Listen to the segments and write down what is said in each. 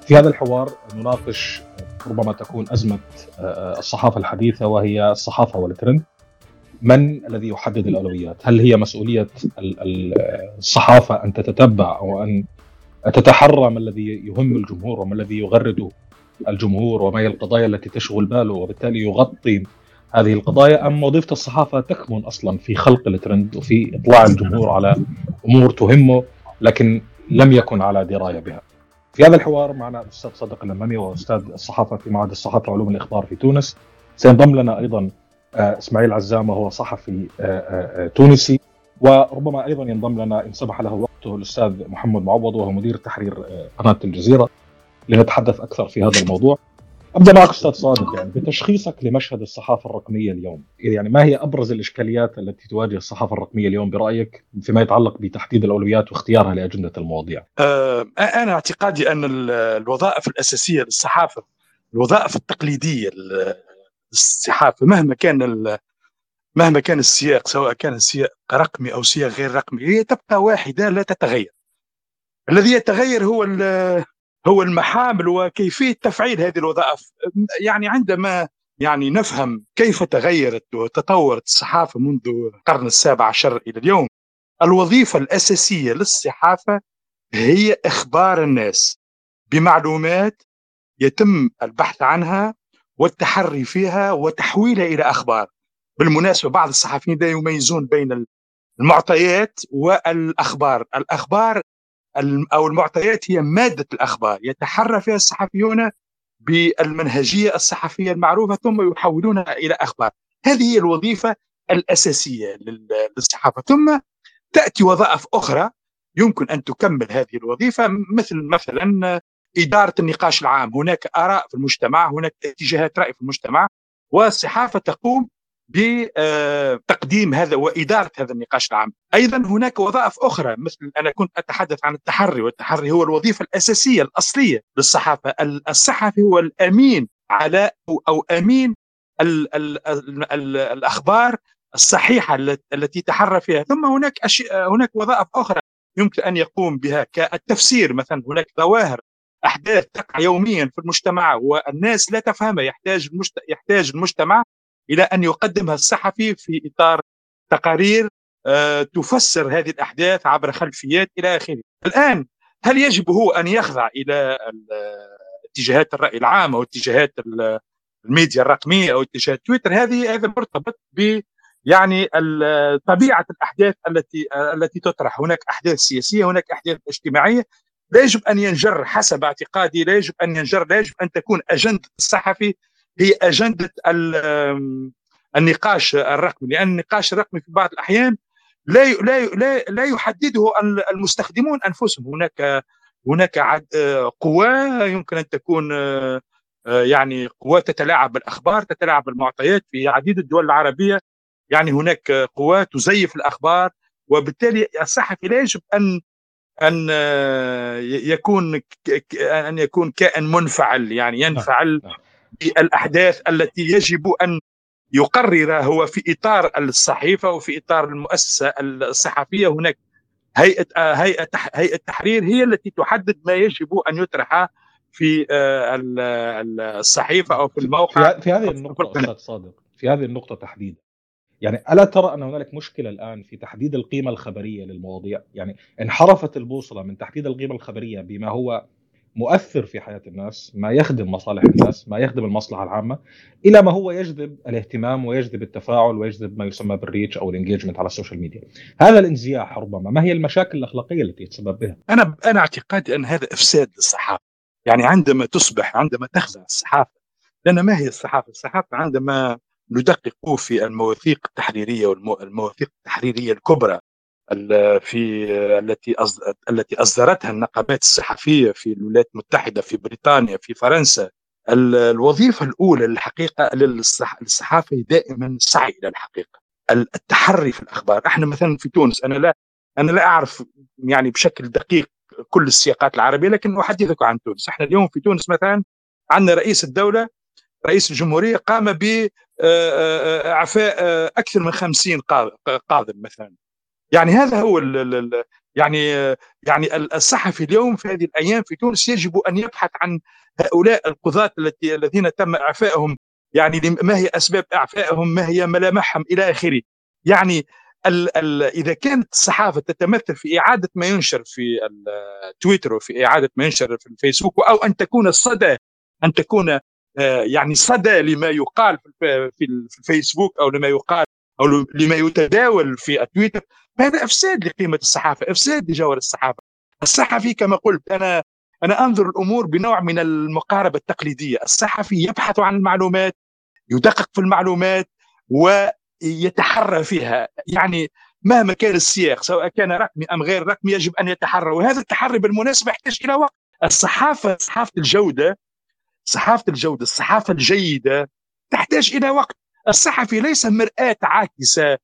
في هذا الحوار نناقش ربما تكون أزمة الصحافة الحديثة، وهي الصحافة والترند. من الذي يحدد الأولويات؟ هل هي مسؤولية الصحافة أن تتتبع أو أن تتحرى ما الذي يهم الجمهور وما الذي يغرد الجمهور وما هي القضايا التي تشغل باله، وبالتالي يغطي هذه القضايا؟ أم وظيفة الصحافة تكمن أصلا في خلق الترند وفي إطلاع الجمهور على أمور تهمه لكن لم يكن على دراية بها؟ في هذا الحوار معنا الأستاذ صادق الأمامي، وأستاذ الصحافة في معهد الصحافة وعلوم الإخبار في تونس. سينضم لنا أيضا إسماعيل عزام، وهو صحفي تونسي، وربما أيضا ينضم لنا إن سمح له وقته الأستاذ محمد معوض، وهو مدير تحرير قناة الجزيرة، لنتحدث أكثر في هذا الموضوع. أبدأ معك أستاذ صادق، يعني بتشخيصك لمشهد الصحافة الرقمية اليوم، يعني ما هي أبرز الإشكاليات التي تواجه الصحافة الرقمية اليوم برأيك فيما يتعلق بتحديد الأولويات واختيارها لأجندة المواضيع؟ أنا اعتقادي أن الوظائف الأساسية للصحافة، الوظائف التقليدية للصحافة، مهما كان السياق، سواء كان السياق رقمي أو سياق غير رقمي، هي تبقى واحدة لا تتغير. الذي يتغير هو المحامل وكيفية تفعيل هذه الوظائف. يعني عندما نفهم كيف تغيرت وتطورت الصحافة منذ القرن ال17 إلى اليوم، الوظيفة الأساسية للصحافة هي إخبار الناس بمعلومات يتم البحث عنها والتحري فيها وتحويلها إلى أخبار. بالمناسبة بعض الصحفيين لا يميزون بين المعطيات والأخبار. الأخبار أو المعطيات هي مادة الأخبار، يتحرى فيها الصحفيون بالمنهجية الصحفية المعروفة ثم يحولونها إلى أخبار. هذه هي الوظيفة الأساسية للصحافة. ثم تأتي وظائف أخرى يمكن أن تكمل هذه الوظيفة، مثلا إدارة النقاش العام. هناك آراء في المجتمع، هناك اتجاهات رأي في المجتمع، والصحافة تقوم بتقديم هذا وإدارة هذا النقاش العام. أيضا هناك وظائف أخرى، مثل أنا كنت أتحدث عن التحري، والتحري هو الوظيفة الأساسية الأصلية للصحافة. الصحفي هو الأمين على أو أمين الأخبار الصحيحة التي تحرى فيها. ثم هناك وظائف أخرى يمكن أن يقوم بها كالتفسير. مثلا هناك ظواهر، أحداث تقع يوميا في المجتمع والناس لا تفهمها، يحتاج المجتمع إلى أن يقدمها الصحفي في إطار تقارير تفسر هذه الأحداث عبر خلفيات إلى آخره. الآن هل يجب هو أن يخضع إلى اتجاهات الرأي العام أو اتجاهات الميديا الرقمية أو اتجاهات تويتر؟ هذا مرتبط ب طبيعة الأحداث التي تطرح. هناك أحداث سياسية، هناك أحداث اجتماعية. لا يجب أن ينجر، حسب اعتقادي لا يجب أن تكون أجندة الصحفي هي أجندة النقاش الرقمي، لأن النقاش الرقمي في بعض الأحيان لا يحدده المستخدمون أنفسهم. هناك قوى يمكن أن تكون قوى تتلاعب بالأخبار، تتلاعب بالمعطيات في عديد الدول العربية. هناك قوى تزيف الأخبار، وبالتالي الصحفي لا يجب أن يكون كائن منفعل، ينفعل بالأحداث التي يجب أن يقرر هو في إطار الصحيفة وفي إطار المؤسسة الصحفية. هناك هيئة تحرير هي التي تحدد ما يجب أن يطرح في الصحيفة أو في الموقع. في هذه النقطة أستاذ صادق، في هذه النقطة تحديدا، ألا ترى أن هنالك مشكلة الآن في تحديد القيمة الخبرية للمواضيع؟ انحرفت البوصلة من تحديد القيمة الخبرية بما هو مؤثر في حياة الناس، ما يخدم مصالح الناس، ما يخدم المصلحة العامة، إلى ما هو يجذب الاهتمام ويجذب التفاعل ويجذب ما يسمى بالريتش أو الانجيجمنت على السوشيال ميديا. هذا الانزياح ربما ما هي المشاكل الأخلاقية التي يتسبب بها؟ أنا اعتقادي أن هذا إفساد للصحافة. عندما تخضع الصحافة، لأن ما هي الصحافة؟ الصحافة عندما ندقق في المواثيق التحريرية والمواثيق التحريرية الكبرى التي أصدرتها النقابات الصحفية في الولايات المتحدة، في بريطانيا، في فرنسا، الوظيفة الأولى الحقيقة للصحافة دائما السعي إلى الحقيقة، التحري في الأخبار. احنا مثلا في تونس، أنا لا أعرف بشكل دقيق كل السياقات العربية، لكن أحدثك عن تونس. احنا اليوم في تونس مثلا عندنا رئيس الدولة، رئيس الجمهورية، قام بإعفاء أكثر من 50 قاضي مثلا. هذا هو يعني الصحفي اليوم في هذه الأيام في تونس يجب أن يبحث عن هؤلاء القضاة الذين تم إعفائهم، يعني ما هي أسباب إعفائهم، ما هي ملامحهم إلى آخره. يعني إذا كانت الصحافة تتمثل في إعادة ما ينشر في تويتر وفي إعادة ما ينشر في الفيسبوك، أو أن تكون الصدى، أن تكون يعني صدى لما يقال في الفيسبوك، أو لما يقال أو لما يتداول في تويتر، هذا إفساد لقيمة الصحافة، إفساد لجوهر الصحافة. الصحفي كما قلت أنا أنظر الأمور بنوع من المقاربة التقليدية. الصحفي يبحث عن المعلومات، يدقق في المعلومات ويتحرى فيها، يعني مهما كان السياق سواء كان رقمي أم غير رقمي يجب أن يتحرى، وهذا التحري بالمناسبة يحتاج إلى وقت. صحافة الجودة، الصحافة الجيدة تحتاج إلى وقت. الصحفي ليس مرآة عاكسة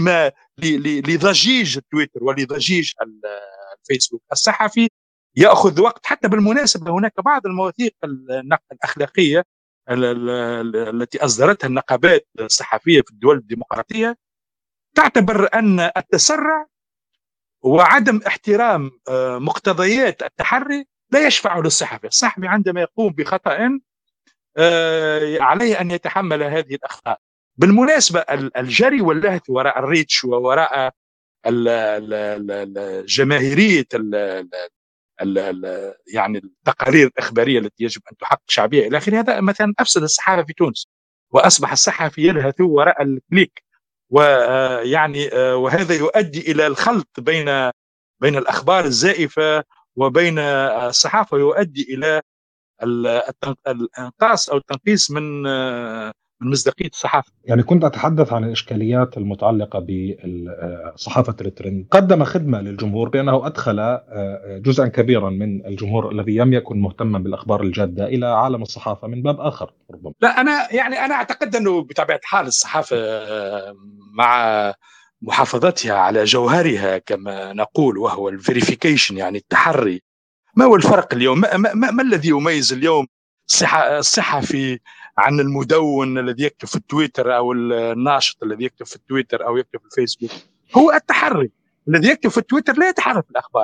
لضجيج تويتر ولضجيج الفيسبوك. الصحفي يأخذ وقت. حتى بالمناسبة هناك بعض المواثيق الأخلاقية التي أصدرتها النقابات الصحفية في الدول الديمقراطية تعتبر أن التسرع وعدم احترام مقتضيات التحري لا يشفع للصحفي. الصحفي عندما يقوم بخطأ عليه أن يتحمل هذه الأخطاء. بالمناسبة الجري واللهث وراء الريتش ووراء جماهيرية يعني التقارير الإخبارية التي يجب أن تحقق شعبية إلى آخره، هذا مثلا أفسد الصحافة في تونس، وأصبح الصحفي يلهث وراء الكليك، ويعني وهذا يؤدي إلى الخلط بين الأخبار الزائفة وبين الصحافة، يؤدي إلى الانقاص أو التنقيص من مصداقية الصحافة. يعني كنت أتحدث عن الإشكاليات المتعلقة بصحافة الترند. قدم خدمة للجمهور بأنه أدخل جزءا كبيرا من الجمهور الذي لم يكن مهتما بالأخبار الجادة إلى عالم الصحافة من باب آخر ربما. لا، أنا أعتقد أنه بطبيعة حال الصحافة مع محافظتها على جوهرها كما نقول، وهو الفيريفيكيشن، يعني التحري. ما هو الفرق اليوم؟ ما الذي يميز اليوم الصحفي عن المدون الذي يكتب في التويتر، أو الناشط الذي يكتب في التويتر أو يكتب في الفيسبوك؟ هو التحري. الذي يكتب في التويتر لا يتحرى في الأخبار،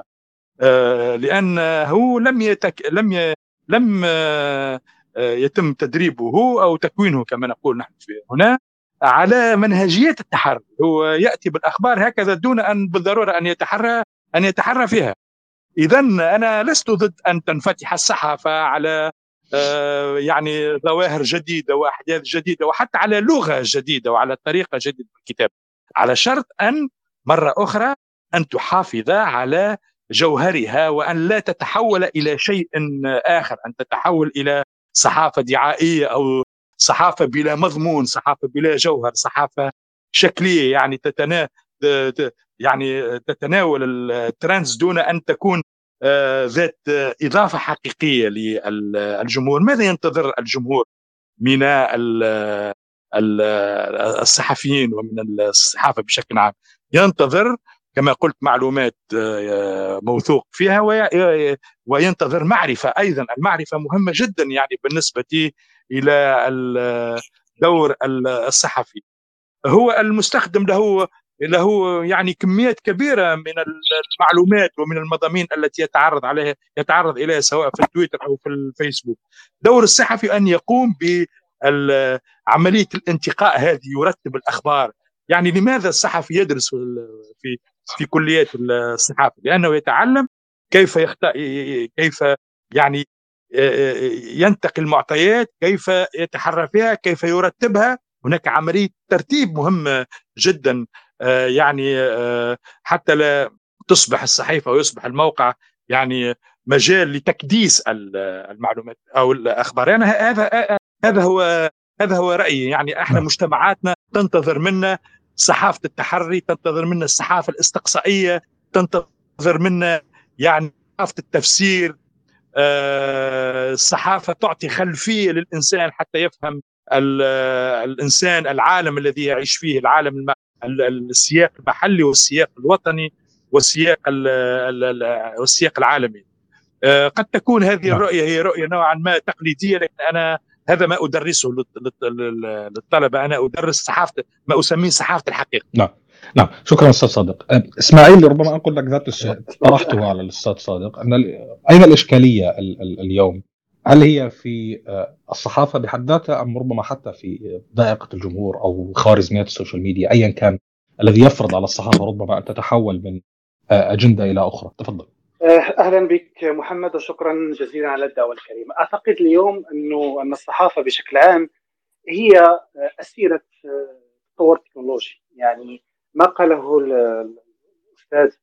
لأنه لم يتم تدريبه أو تكوينه كما نقول نحن هنا على منهجية التحري. هو يأتي بالأخبار هكذا دون أن بالضرورة أن يتحرى فيها. إذن أنا لست ضد أن تنفتح الصحافة على يعني ظواهر جديدة وأحداث جديدة، وحتى على لغة جديدة وعلى طريقة جديدة في الكتاب، على شرط أن مرة أخرى أن تحافظ على جوهرها، وأن لا تتحول إلى شيء آخر، أن تتحول إلى صحافة دعائية أو صحافة بلا مضمون، صحافة بلا جوهر، صحافة شكلية، يعني تتناول الترندز دون أن تكون ذات إضافة حقيقية للجمهور. ماذا ينتظر الجمهور من الصحفيين ومن الصحافة بشكل عام؟ ينتظر كما قلت معلومات موثوق فيها، وينتظر معرفة أيضا. المعرفة مهمة جدا يعني بالنسبة إلى الدور الصحفي. هو المستخدم له يعني كميات كبيرة من المعلومات ومن المضامين التي يتعرض إليها سواء في التويتر أو في الفيسبوك. دور الصحفي أن يقوم بعملية الانتقاء هذه، يرتب الأخبار. يعني لماذا الصحفي يدرس في كليات الصحافة؟ لأنه يتعلم كيف كيف يعني ينتقي المعطيات، كيف يتحرى فيها، كيف يرتبها. هناك عملية ترتيب مهمة جدا، يعني حتى لا تصبح الصحيفة ويصبح الموقع يعني مجال لتكديس المعلومات أو الأخبار. يعني هذا هو رأيي. يعني احنا مجتمعاتنا تنتظر منا صحافة التحري، تنتظر منا الصحافة الاستقصائية، تنتظر منا يعني صحافة التفسير، الصحافة تعطي خلفية للإنسان حتى يفهم الإنسان العالم الذي يعيش فيه، العالم السياق المحلي والسياق الوطني والسياق العالمي. قد تكون هذه الرؤية هي رؤية نوعا ما تقليدية، لكن أنا هذا ما أدرسه للطلبة. أنا أدرس صحافة ما أسميه صحافة الحقيقة. نعم. نعم، شكرا أستاذ صادق. إسماعيل، ربما أقول لك ذات السؤال طرحته على الأستاذ صادق، أن أين الإشكالية اليوم؟ هل هي في الصحافة بحد ذاتها، أم ربما حتى في ذائقة الجمهور أو خوارزميات السوشيال ميديا، أيا كان الذي يفرض على الصحافة ربما أن تتحول من أجندة إلى أخرى؟ تفضل. أهلا بك محمد، وشكرا جزيلا على الدعوة الكريمة. أعتقد اليوم أن الصحافة بشكل عام هي أسيرة تطور تكنولوجي. يعني ما قاله الأستاذ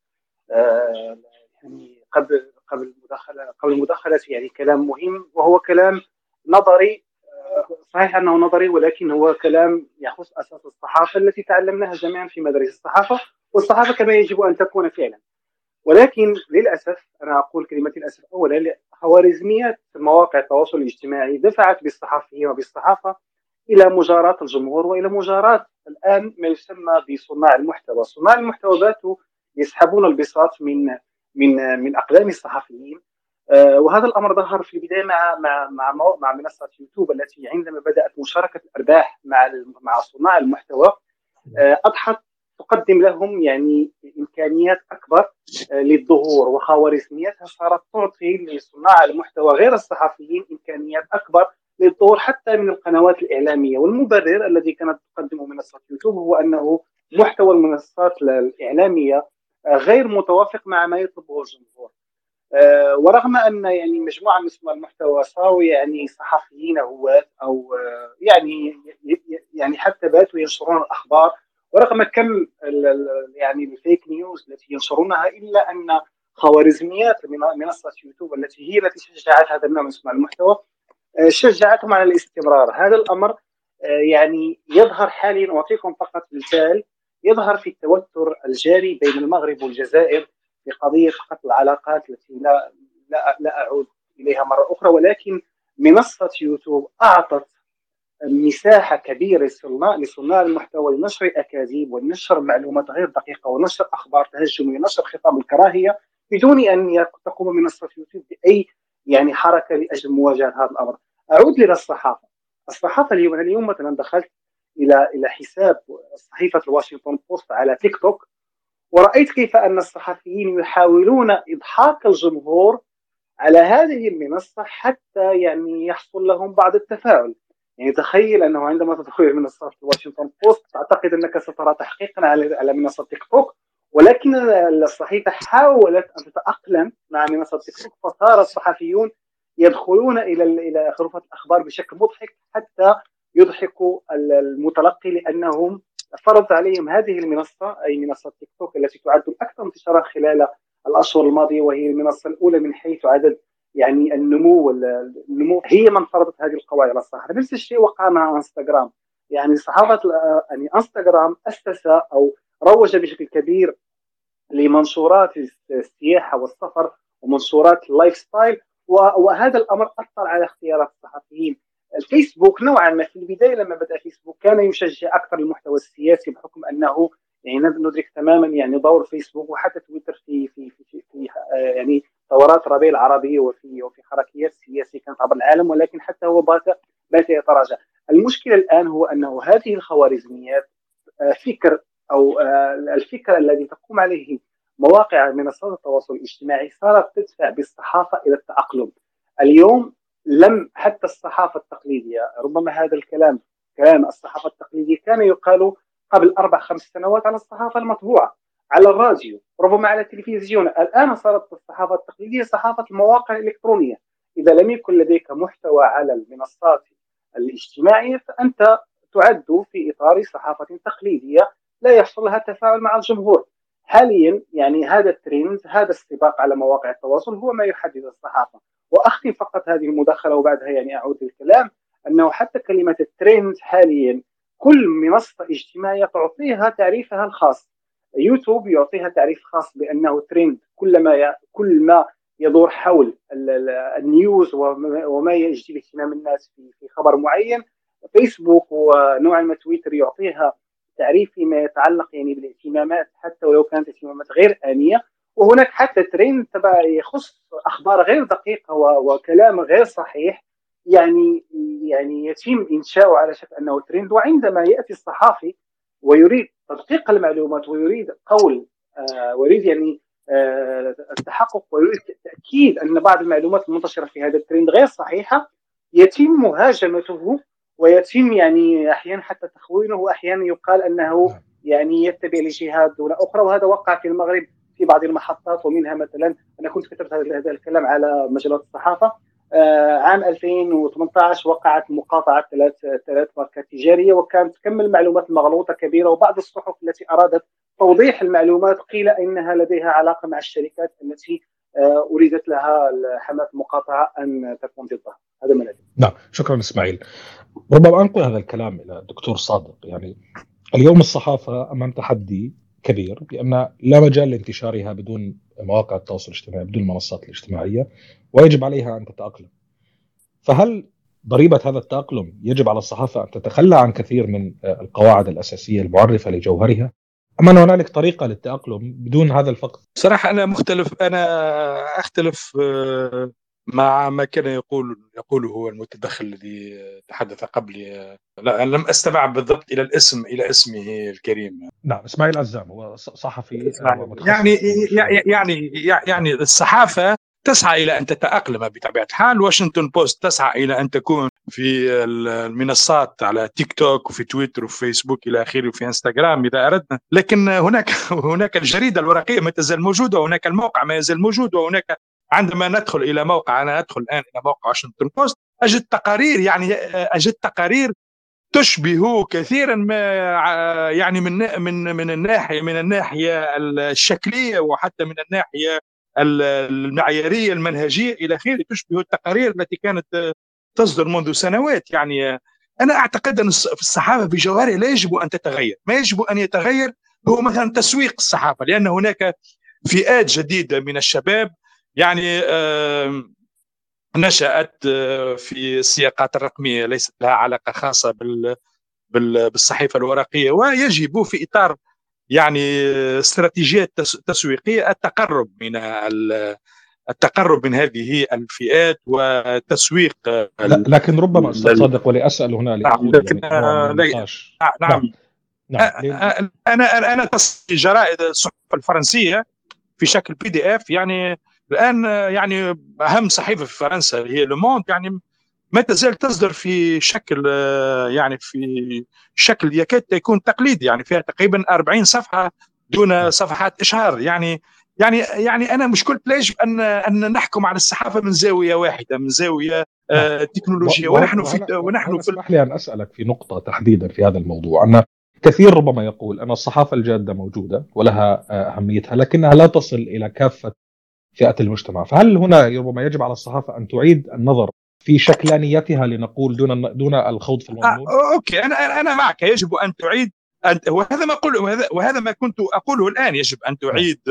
يعني قبل المداخلة يعني كلام مهم، وهو كلام نظري. صحيح أنه نظري، ولكن هو كلام يخص أساس الصحافة التي تعلمناها جميعا في مدارس الصحافة، والصحافة كما يجب أن تكون فعلا. ولكن للأسف، أنا أقول كلمة للأسف أولا، خوارزميات مواقع التواصل الاجتماعي دفعت بالصحفيين وبالصحافة إلى مجاراة الجمهور، وإلى مجاراة الآن ما يسمى بصناع المحتوى. صناع المحتوى باتوا يسحبون البساط من أقلام الصحفيين. وهذا الأمر ظهر في البداية مع منصة يوتيوب، التي عندما بدأت مشاركة الأرباح مع صناع المحتوى أضحت تقدم لهم يعني إمكانيات أكبر للظهور، وخوارزمياتها صارت تعطي لصناع المحتوى غير الصحفيين إمكانيات أكبر للظهور حتى من القنوات الإعلامية. والمبرر الذي كانت تقدمه منصة يوتيوب هو أنه محتوى المنصات الإعلامية غير متوافق مع ما يطلبه الجمهور. ورغم أن يعني مجموعة من صناع المحتوى صاروا يعني صحفيين هواة، أو يعني حتى باتوا ينشرون الأخبار، ورغم كم يعني الفيك نيوز التي ينشرونها، إلا أن خوارزميات منصة يوتيوب التي شجعت هذا النوع من صناع المحتوى شجعتهم على الاستمرار. هذا الأمر يعني يظهر حاليا. أعطيكم فقط مثال يظهر في التوتر الجاري بين المغرب والجزائر في قضية قطع العلاقات، التي لا أعود إليها مرة أخرى. ولكن منصة يوتيوب أعطت مساحة كبيرة لصناع المحتوى لنشر أكاذيب ونشر معلومات غير دقيقة ونشر أخبار تهجمية ونشر خطاب الكراهية، بدون أن تقوم منصة يوتيوب بأي يعني حركة لأجل مواجهة هذا الأمر. أعود إلى الصحافة اليوم مثلا دخلت إلى حساب صحيفة الواشنطن بوست على تيك توك، ورأيت كيف أن الصحفيين يحاولون إضحاك الجمهور على هذه المنصة حتى يعني يحصل لهم بعض التفاعل. يعني تخيل أنه عندما تدخل منصة واشنطن بوست تعتقد أنك سترى تحقيقا على منصة تيك توك، ولكن الصحيفة حاولت أن تتأقلم مع منصة تيك توك، فصار الصحفيون يدخلون إلى غرفة الأخبار بشكل مضحك حتى يضحكوا المتلقي، لأنهم فرض عليهم هذه المنصة، أي منصة تيك توك التي تعد الأكثر انتشارا خلال الأشهر الماضية، وهي المنصة الأولى من حيث عدد يعني النمو هي من فرضت هذه القواعد على الصحافة. نفس الشيء وقع مع انستغرام. يعني صحافة يعني انستغرام أسس أو روج بشكل كبير لمنشورات السياحة والسفر ومنشورات اللايف ستايل، وهذا الأمر أثر على اختيارات الصحفيين. الفيسبوك نوعا ما في البداية لما بدأ فيسبوك كان يشجع أكثر المحتوى السياسي، بحكم أنه يعني ندرك تماما يعني دور فيسبوك وحتى تويتر في يعني ثورات الربيع العربي وفي حركيات سياسية كانت عبر العالم، ولكن حتى هو بات يتراجع. المشكلة الآن هو أنه هذه الخوارزميات فكر أو الفكر الذي تقوم عليه مواقع منصات التواصل الاجتماعي صارت تدفع بالصحافة إلى التأقلم. اليوم لم حتى الصحافة التقليدية، ربما هذا الكلام كلام الصحافة التقليدية كان يقال قبل 4-5 سنوات على الصحافة المطبوعة، على الراديو، ربما على التلفزيون. الآن صارت الصحافة التقليدية صحافة المواقع الإلكترونية. إذا لم يكن لديك محتوى على المنصات الاجتماعية فأنت تعد في إطار صحافة تقليدية لا يحصل لها تفاعل مع الجمهور. حاليا يعني هذا الترند، هذا السباق على مواقع التواصل هو ما يحدد الصحافة. وأختم فقط هذه المداخلة وبعدها يعني أعود للكلام، أنه حتى كلمة الترند حاليا كل منصة اجتماعية تعطيها تعريفها الخاص. يوتيوب يعطيها تعريف خاص بأنه ترند كل ما يدور حول النيوز وما يجذب اهتمام الناس في خبر معين. فيسبوك ونوعا ما تويتر يعطيها تعريف فيما يتعلق يعني بالاهتمامات، حتى ولو كانت اهتمامات غير آنية. وهناك حتى ترند تبع يخص أخبار غير دقيقة وكلام غير صحيح، يعني يتم إنشاؤه على شكل أنه ترند. وعندما يأتي الصحافي ويريد تدقيق المعلومات ويريد قول ويريد يعني التحقق ويريد تأكيد أن بعض المعلومات المنتشرة في هذا الترند غير صحيحة، يتم مهاجمته ويتم يعني أحيانا حتى تخوينه، وأحيانا يقال أنه يعني يتبع لجهات دولة أخرى. وهذا وقع في المغرب في بعض المحطات، ومنها مثلا أنا كنت كتبت هذا الكلام على مجلات الصحافة. عام 2018 وقعت مقاطعة ثلاث ماركات تجارية، وكانت كم المعلومات المغلوطة كبيرة، وبعض الصحف التي أرادت توضيح المعلومات قيل إنها لديها علاقة مع الشركات التي أريدت لها حملة المقاطعة أن تكون ضدها. هذا ما لدي. نعم، شكرا إسماعيل. ربما أنقل هذا الكلام إلى الدكتور صادق. يعني اليوم الصحافة أمام تحدي كبير، بأن لا مجال لانتشارها بدون مواقع التواصل الاجتماعي، بدون المنصات الاجتماعية، ويجب عليها أن تتأقلم. فهل ضريبة هذا التأقلم يجب على الصحافة أن تتخلى عن كثير من القواعد الأساسية المعرفة لجوهرها، أم أن هنالك طريقة للتأقلم بدون هذا الفقد؟ صراحة أنا أختلف مع ما كان يقوله هو المتدخل الذي تحدث قبلي. لا، أنا لم أستمع بالضبط إلى اسمه الكريم. نعم، إسماعيل عزام، هو صحفي يعني الصحافة تسعى إلى أن تتأقلم بطبيعة الحال. واشنطن بوست تسعى إلى أن تكون في المنصات على تيك توك وفي تويتر وفي فيسبوك إلى آخره وفي انستغرام إذا أردنا، لكن هناك الجريدة الورقية ما تزال موجودة، وهناك الموقع ما يزال موجود، وهناك عندما ندخل إلى موقع، أنا أدخل الآن إلى موقع واشنطن بوست، أجد تقارير تشبه كثيرا ما يعني من الناحية الشكلية، وحتى من الناحية المعيارية المنهجية إلى آخره، تشبه التقارير التي كانت تصدر منذ سنوات. يعني أنا أعتقد أن في الصحافة بجوهرها لا يجب أن تتغير. ما يجب أن يتغير هو مثلا تسويق الصحافة، لأن هناك فئات جديدة من الشباب يعني نشأت في السياقات الرقمية، ليست لها علاقة خاصة بالصحيفة الورقية، ويجب في إطار يعني استراتيجية تسويقية التقرب من هذه الفئات وتسويق. لكن ربما أستاذ صادق، ولأسأل هنا لكن نعم. أنا تصفي جرائد الصحف الفرنسية في شكل PDF. يعني الآن يعني أهم صحيفة في فرنسا هي لو موند، يعني ما تزال تصدر في شكل يعني في شكل يكاد يكون تقليدي، يعني فيها تقريبا 40 صفحة دون صفحات إشهار. يعني أنا مش قلت لا يجب أن نحكم على الصحافة من زاوية واحدة، من زاوية تكنولوجيا. ونحن اسمح لي أن أسألك في نقطة تحديدا في هذا الموضوع، أن كثير ربما يقول أن الصحافة الجادة موجودة ولها أهميتها، لكنها لا تصل إلى كافة فئات المجتمع. فهل هنا ربما يجب على الصحافة أن تعيد النظر في شكلانيتها، لنقول دون الخوض في المضمون؟ أوكي، أنا معك. يجب أن تعيد، وهذا ما أقوله، وهذا ما كنت أقوله الآن. يجب أن تعيد.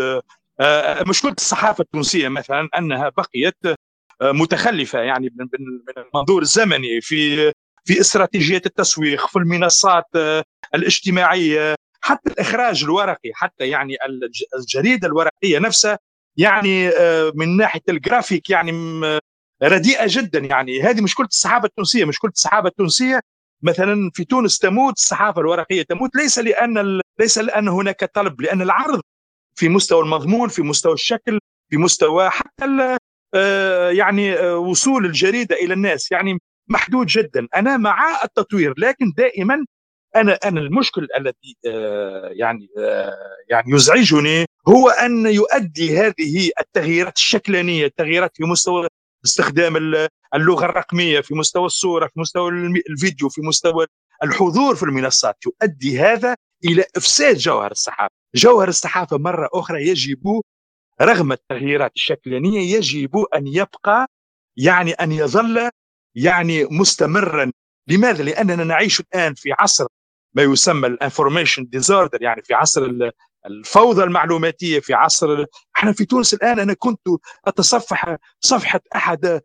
مشكلة الصحافة التونسية مثلا أنها بقيت متخلفة، يعني من المنظور الزمني في استراتيجية التسويق، في المنصات الاجتماعية، حتى الإخراج الورقي، حتى يعني الجريدة الورقية نفسها يعني من ناحية الجرافيك يعني رديئة جدا. يعني هذه مشكلة الصحافة التونسية. مشكلة الصحافة التونسية مثلا في تونس تموت الصحافة الورقية، تموت ليس لأن هناك طلب، لأن العرض في مستوى المضمون، في مستوى الشكل، في مستوى حتى يعني وصول الجريدة إلى الناس يعني محدود جدا. أنا مع التطوير، لكن دائما أنا المشكل الذي يعني يزعجني هو أن يؤدي هذه التغييرات الشكلانية، التغييرات في مستوى استخدام اللغة الرقمية، في مستوى الصورة، في مستوى الفيديو، في مستوى الحضور في المنصات، يؤدي هذا إلى إفساد جوهر الصحافة. جوهر الصحافة مرة أخرى يجب، رغم التغييرات الشكلانية، يجب أن يبقى يعني أن يظل يعني مستمرا. لماذا؟ لأننا نعيش الآن في عصر ما يسمى الانفورميشن ديزوردر، يعني في عصر الفوضى المعلوماتية، في عصر احنا في تونس الآن. أنا كنت أتصفح صفحة أحد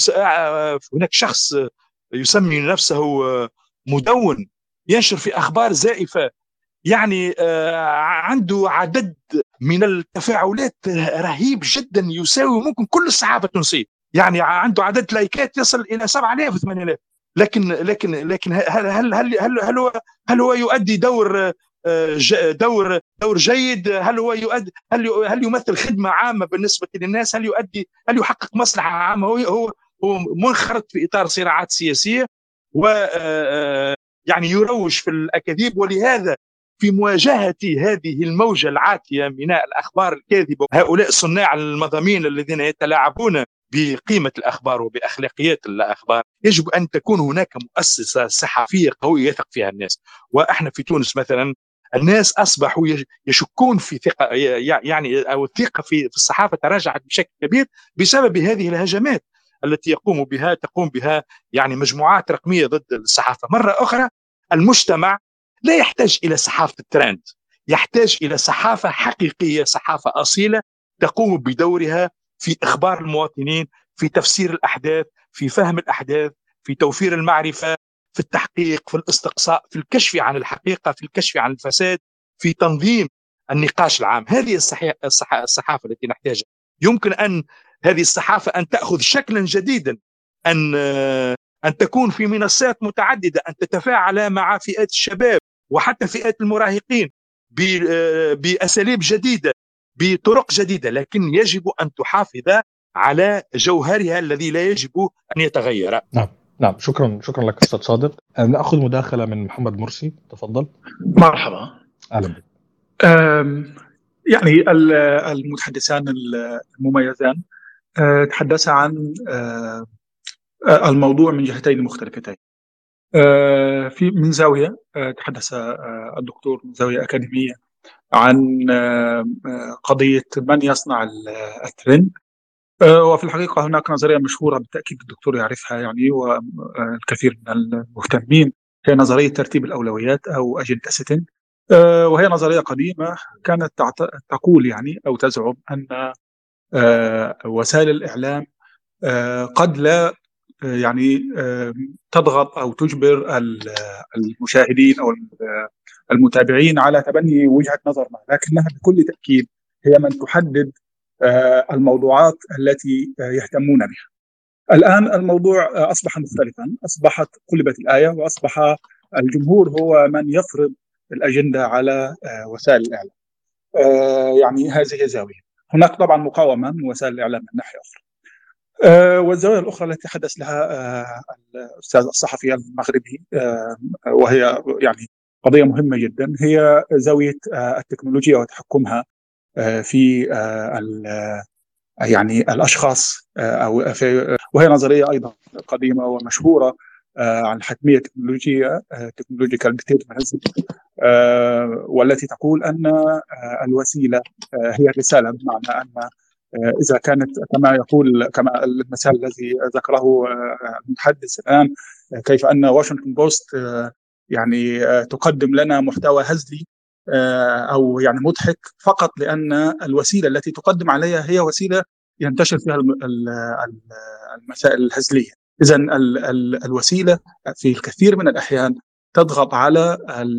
هناك شخص يسمي نفسه مدون، ينشر في أخبار زائفة، يعني عنده عدد من التفاعلات رهيب جدا يساوي ممكن كل الصحافة التونسية. يعني عنده عدد لايكات يصل إلى 7000 8000. لكن هل هو يؤدي دور دور جيد؟ هل هو يؤدي، هل يمثل خدمة عامة بالنسبة للناس؟ هل يحقق مصلحة عامة؟ هو منخرط في إطار صراعات سياسية و يعني يروج في الأكاذيب. ولهذا في مواجهة هذه الموجة العاتية من الأخبار الكاذبة، هؤلاء صناع المضامين الذين يتلاعبون بقيمة الأخبار وبأخلاقيات الأخبار، يجب أن تكون هناك مؤسسة صحفية قوية يثق فيها الناس. وإحنا في تونس مثلا الناس أصبحوا يشكون في ثقة، يعني أو الثقة في الصحافة تراجعت بشكل كبير بسبب هذه الهجمات التي تقوم بها يعني مجموعات رقمية ضد الصحافة. مرة أخرى المجتمع لا يحتاج إلى صحافة الترند، يحتاج إلى صحافة حقيقية، صحافة أصيلة تقوم بدورها في إخبار المواطنين، في تفسير الأحداث، في فهم الأحداث، في توفير المعرفة، في التحقيق، في الاستقصاء، في الكشف عن الحقيقة، في الكشف عن الفساد، في تنظيم النقاش العام. هذه الصحافة التي نحتاجها. يمكن أن هذه الصحافة أن تأخذ شكلا جديدا، أن تكون في منصات متعددة، أن تتفاعل مع فئات الشباب وحتى فئات المراهقين بأساليب جديدة، بطرق جديدة، لكن يجب أن تحافظ على جوهرها الذي لا يجب أن يتغير. نعم، شكرا لك أستاذ صادق. نأخذ مداخلة من محمد مرسي، تفضل. مرحبا. أهلا بك. يعني المتحدثان المميزان تحدثا عن الموضوع من جهتين مختلفتين. من زاوية تحدث الدكتور من زاوية أكاديمية عن قضية من يصنع الترند، وفي الحقيقة هناك نظرية مشهورة بالتأكيد الدكتور يعرفها يعني والكثير من المهتمين، هي نظرية ترتيب الأولويات أو أجندة سيتنج، وهي نظرية قديمة كانت تقول يعني أو تزعم أن وسائل الإعلام قد لا يعني تضغط أو تجبر المشاهدين أو المتابعين على تبني وجهة نظر ما، لكنها بكل تأكيد هي من تحدد الموضوعات التي يهتمون بها. الآن الموضوع أصبح مختلفا، أصبحت قلبت الآية وأصبح الجمهور هو من يفرض الأجندة على وسائل الإعلام. يعني هذه زاوية. هناك طبعا مقاومة من وسائل الإعلام من ناحية أخرى. والزاوية الأخرى التي تحدث لها الأستاذ الصحفي المغربي وهي يعني قضية مهمة جدا، هي زاوية التكنولوجيا وتحكمها في يعني الأشخاص وهي نظرية أيضا قديمة ومشهورة عن حتمية تكنولوجيكال ديترمينيزم، والتي تقول أن الوسيلة هي الرسالة، بمعنى أن إذا كانت كما المثال الذي ذكره المتحدث الآن، كيف أن واشنطن بوست يعني تقدم لنا محتوى هزلي أو يعني مضحك فقط لأن الوسيلة التي تقدم عليها هي وسيلة ينتشر فيها المسائل الهزلية. إذن الوسيلة في الكثير من الأحيان تضغط على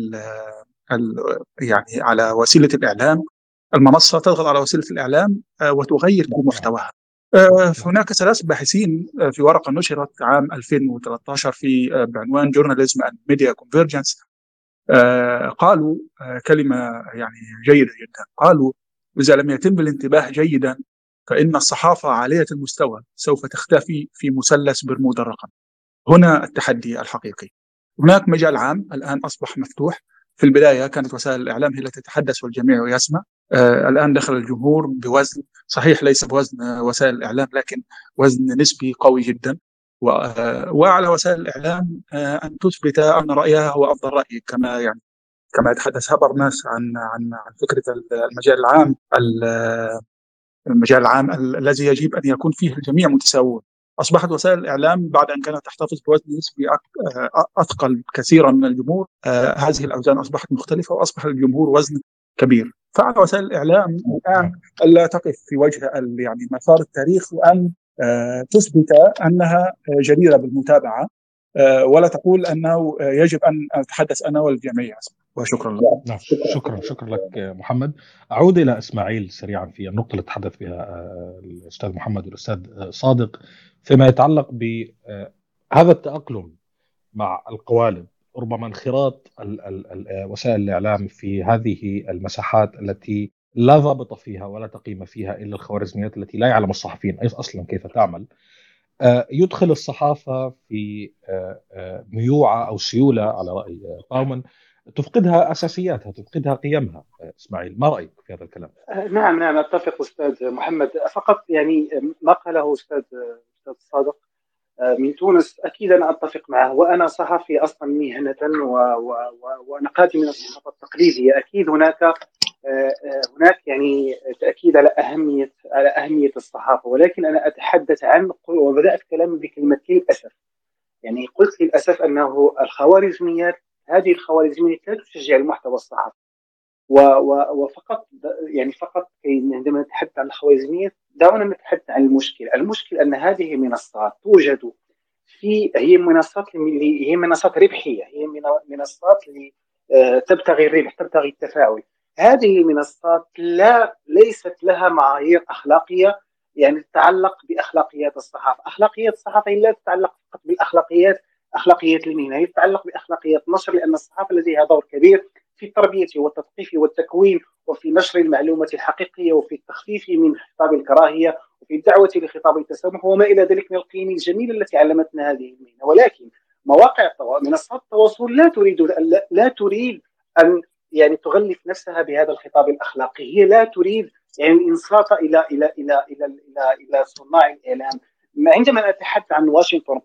يعني على وسيلة الإعلام، المنصة تضغط على وسيلة الإعلام وتغير بمحتواها. هناك 3 باحثين في ورقة نشرت عام 2013 بعنوان Journalism and Media Convergence قالوا كلمة يعني جيدة جدا. قالوا: إذا لم يتم الانتباه جيدا فإن الصحافة عالية المستوى سوف تختفي في مثلث برمودا الرقمي. هنا التحدي الحقيقي. هناك مجال عام الآن أصبح مفتوح. في البداية كانت وسائل الإعلام هي التي تتحدث والجميع يسمع. الآن دخل الجمهور بوزن صحيح ليس بوزن وسائل الإعلام، لكن وزن نسبي قوي جدا. وعلى وسائل الإعلام أن تثبت أن رأيها هو أفضل رأي، كما يتحدث هابرماس عن فكرة المجال العام الذي يجب أن يكون فيه الجميع متساوون. أصبحت وسائل الإعلام بعد أن كانت تحتفظ بوزن نسبي أثقل كثيرا من الجمهور، هذه الأوزان أصبحت مختلفة وأصبح الجمهور وزن كبير. فعلى وسائل الإعلام الآن ألا تقف في وجه يعني مسار التاريخ وأن تثبت أنها جديرة بالمتابعة، ولا تقول أنه يجب أن أتحدث أنا والجميع. وشكرا لك. شكرا لك محمد. أعود إلى إسماعيل سريعا في النقطة اللي تحدث فيها الأستاذ محمد والأستاذ صادق فيما يتعلق بهذا التأقلم مع القوالب ربما انخراط وسائل الإعلام في هذه المساحات التي لا ضابط فيها ولا تقييم فيها إلا الخوارزميات التي لا يعلم الصحفيين أصلا كيف تعمل، يدخل الصحافة في ميوعة أو سيولة على رأي باومن تفقدها أساسياتها، تفقدها قيمها. إسماعيل، ما رأيك في هذا الكلام؟ نعم أتفق أستاذ محمد. فقط يعني ما قاله أستاذ صادق من تونس أكيد أنا أتفق معه، وأنا صحفي أصلا مهنة وأنا قادم من الصحافة التقليدية. أكيد هناك يعني تأكيد على أهمية الصحافة، ولكن أنا أتحدث عن، وبدأت كلامي بكلمة للأسف. يعني قلت للأسف أنه هذه الخوارزميات لا تشجع المحتوى الصحفي. وفقط يعني عندما نتحدث عن الخوارزميات دعونا نتحدث عن المشكل أن هذه منصات توجد هي منصات ربحية، هي منصات تبتغي الربح، تبتغي التفاعل. هذه المنصات ليست لها معايير أخلاقية يعني تتعلق بأخلاقيات الصحافة. أخلاقيات الصحافة لا تتعلق فقط أخلاقيات المهنة، هي تتعلق بأخلاقيات النشر، لأن الصحافة لديها دور كبير في التربية والتثقيف والتكوين، وفي نشر المعلومة الحقيقية، وفي التخفيف من خطاب الكراهية، وفي الدعوة لخطاب التسامح، وما إلى ذلك من القيم الجميلة التي علمتنا هذه المهنة. ولكن منصات التواصل لا تريد أن يعني تغلف نفسها بهذا الخطاب الأخلاقي. هي لا تريد يعني الانصات إلى صناع الإعلام. عندما نتحدث عن واشنطن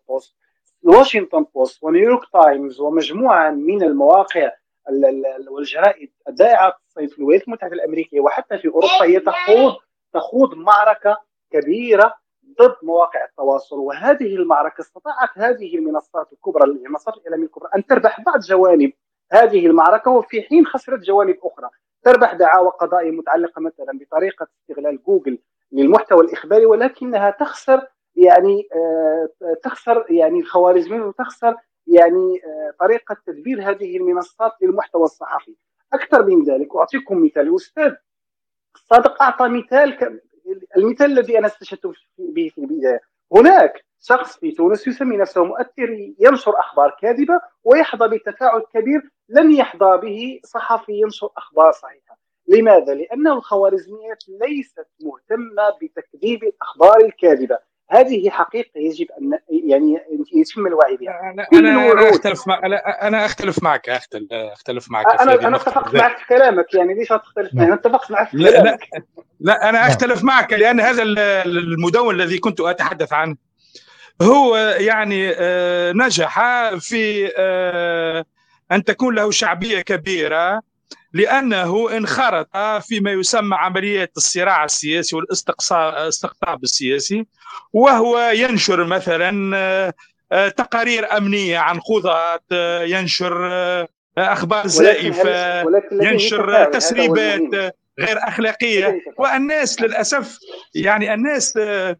بوست ونيويورك تايمز ومجموعة من المواقع والجرائد الدائعة في الولايات المتحدة الأمريكية وحتى في أوروبا، هي تخوض معركة كبيرة ضد مواقع التواصل. وهذه المعركة استطاعت هذه المنصات الكبرى، المنصات الإعلامية الكبرى، أن تربح بعض جوانب هذه المعركة، وفي حين خسرت جوانب أخرى. تربح دعاوى قضائية متعلقة مثلا بطريقة استغلال جوجل للمحتوى الإخباري، ولكنها تخسر يعني الخوارزميين، وتخسر يعني طريقة تدبير هذه المنصات للمحتوى الصحفي. أكثر من ذلك أعطيكم مثال. الأستاذ صادق أعطى المثال الذي أنا استشهدت به في البداية. هناك شخص في تونس يسمي نفسه مؤثر، ينشر أخبار كاذبة ويحظى بتفاعل كبير لم يحظى به صحفي ينشر أخبار صحيحة. لماذا؟ لأن الخوارزميات ليست مهتمة بتكذيب الأخبار الكاذبة. هذه حقيقة يجب أن يعني يتم الوعي بها. أنا أختلف معك. أنا اتفقت معك في كلامك، يعني ليش تختلف معي؟ أنا اتفقت معك في كلامك. لا أنا أختلف معك، لأن هذا المدون الذي كنت أتحدث عنه هو يعني نجح في أن تكون له شعبية كبيرة، لأنه انخرط فيما يسمى عملية الصراع السياسي والاستقطاب السياسي، وهو ينشر مثلا تقارير أمنية عن قضاة، ينشر أخبار زائفة، ينشر تسريبات غير أخلاقية. والناس للأسف يعني الناس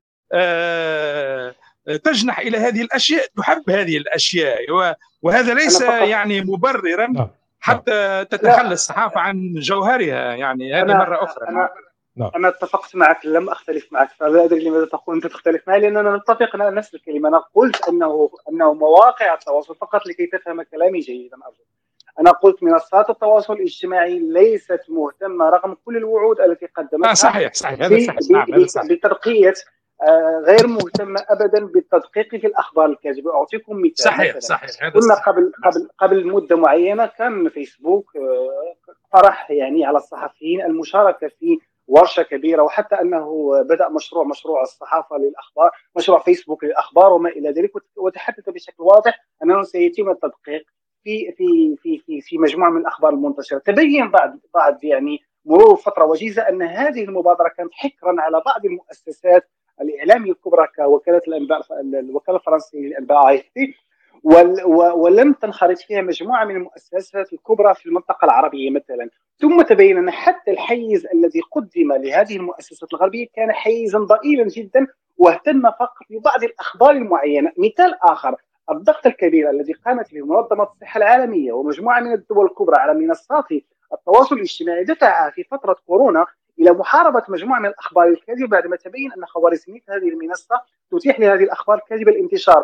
تجنح إلى هذه الأشياء، تحب هذه الأشياء، وهذا ليس يعني مبررا حتى تتخلى الصحافة عن جوهرها. يعني هذه مرة أخرى أنا اتفقت معك، لم أختلف معك، فلا أدري لماذا تقول أنت تختلف معي، لأننا نتفق نفس الكلمة. أنا قلت أنه مواقع التواصل، فقط لكي تفهم كلامي جيدا أرجو. أنا قلت منصات التواصل الاجتماعي ليست مهتمة رغم كل الوعود التي قدمتها. صحيح هذا صحيح. بترقية غير مهتمة أبدا بالتدقيق في الأخبار الكاذبة. أعطيكم مثال. صحيح. كنا قبل مدة معينة كان فيسبوك طرح يعني على الصحفيين المشاركة في ورشة كبيرة، وحتى أنه بدأ مشروع الصحافة للأخبار، مشروع فيسبوك للأخبار وما إلى ذلك، وتحدث بشكل واضح أنه سيتم التدقيق في مجموعة من الأخبار المنتشرة. تبين بعد يعني مرور فترة وجيزة أن هذه المبادرة كانت حكرا على بعض المؤسسات الإعلامية الكبرى كوكالة الأنباء، الوكالة الفرنسية للأنباء AFP، ولم تنخرط فيها مجموعة من المؤسسات الكبرى في المنطقة العربية مثلا. ثم تبين أن حتى الحيز الذي قدم لهذه المؤسسات الغربية كان حيزا ضئيلا جدا، واهتم فقط ببعض الأخبار المعينة. مثال آخر، الضغط الكبير الذي قامت به منظمة الصحة العالمية ومجموعة من الدول الكبرى على منصات التواصل الاجتماعي دفعها في فترة كورونا إلى محاربة مجموعة من الأخبار الكاذبة، بعدما تبين أن خوارزميات هذه المنصة تتيح لهذه الأخبار الكاذبة الانتشار.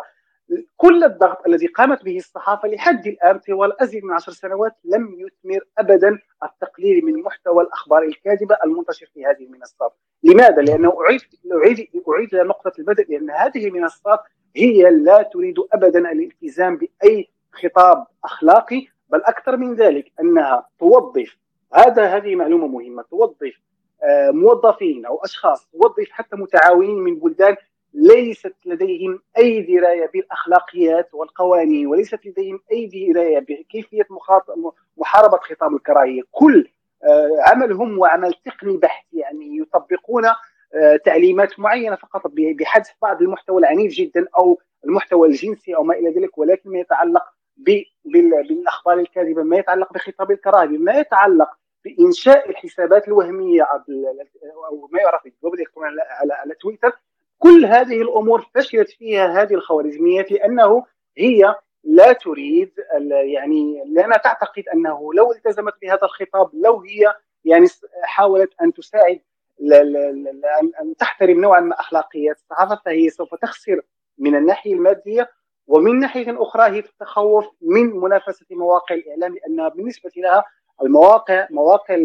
كل الضغط الذي قامت به الصحافة لحد الآن طوال أزيد من 10 سنوات لم يثمر أبدا التقليل من محتوى الأخبار الكاذبة المنتشر في هذه المنصات. لماذا؟ لأنه أعيد إلى نقطة البدء، لأن هذه المنصات هي لا تريد أبدا الالتزام بأي خطاب أخلاقي، بل أكثر من ذلك أنها توظف، هذه معلومة مهمة، توظف موظفين أو أشخاص، توظف حتى متعاونين من بلدان ليست لديهم أي دراية بالأخلاقيات والقوانين، وليست لديهم أي دراية بكيفية محاربة خطاب الكراهية. كل عملهم وعمل تقني بحت، يعني يطبقون تعليمات معينة فقط بحذف بعض المحتوى العنيف جدا أو المحتوى الجنسي أو ما إلى ذلك، ولكن ما يتعلق بالأخبار الكاذبة، ما يتعلق بخطاب الكراهية، ما يتعلق بإنشاء الحسابات الوهمية أو ما يعرف بالضبط على تويتر. كل هذه الأمور فشلت فيها هذه الخوارزميات، لأنه هي لا تريد، يعني لأنها تعتقد أنه لو التزمت بهذا الخطاب، لو هي يعني حاولت أن تساعد أن تحترم نوعا ما أخلاقيات الصحافة، فهي سوف تخسر من الناحية المادية، ومن ناحية أخرى هي تتخوف من منافسة مواقع الإعلام، لأنها بالنسبة لها مواقع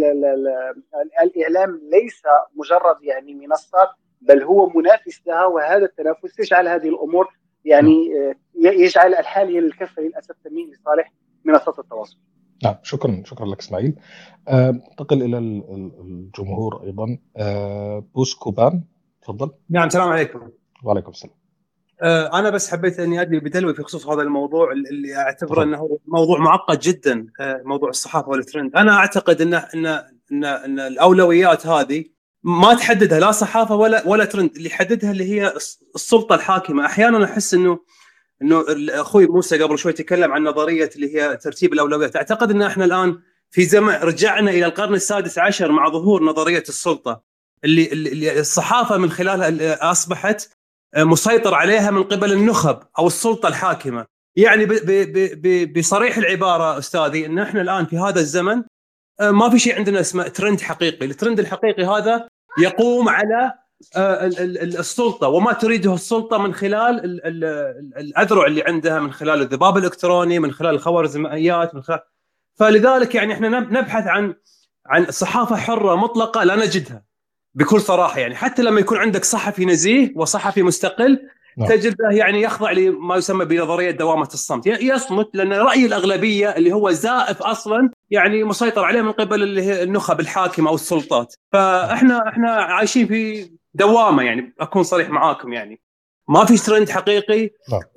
الإعلام ليس مجرد يعني منصات، بل هو منافس لها، وهذا التنافس يجعل هذه الأمور يعني يجعل الحالية للكفة للأسف تميل لصالح منصات التواصل. نعم، شكرا لك اسماعيل. انتقل إلى الجمهور أيضا. بوسكوبان، تفضل. نعم، السلام عليكم. وعليكم السلام. أنا بس حبيت أني أدلي بدلوي في خصوص هذا الموضوع اللي أعتبره أنه موضوع معقد جدا، موضوع الصحافة والترند. أنا أعتقد أن الأولويات هذه ما تحددها لا صحافة ولا ترند، اللي يحددها اللي هي السلطة الحاكمة. أحيانا أحس أنه أخوي موسى قبل شوي تكلم عن نظرية اللي هي ترتيب الأولويات. أعتقد أن إحنا الآن في زمن رجعنا إلى القرن السادس عشر مع ظهور نظرية السلطة، اللي الصحافة من خلالها أصبحت مسيطر عليها من قبل النخب أو السلطة الحاكمة. يعني بصريح العبارة أستاذي أن إحنا الآن في هذا الزمن ما في شيء عندنا اسمه ترند حقيقي. الترند الحقيقي هذا يقوم على السلطة وما تريده السلطة من خلال الأذرع اللي عندها، من خلال الذباب الإلكتروني، من خلال الخوارزميات، من خلال. فلذلك يعني إحنا نبحث عن صحافة حرة مطلقة، لا نجدها بكل صراحة. يعني حتى لما يكون عندك صحفي نزيه وصحفي مستقل تجده يعني يخضع لما يسمى بنظرية دوامة الصمت، يصمت لأن رأي الأغلبية اللي هو زائف أصلا يعني مسيطر عليه من قبل اللي هي النخب الحاكمة أو السلطات. فإحنا عايشين في دوامة، يعني أكون صريح معاكم، يعني ما في ترند حقيقي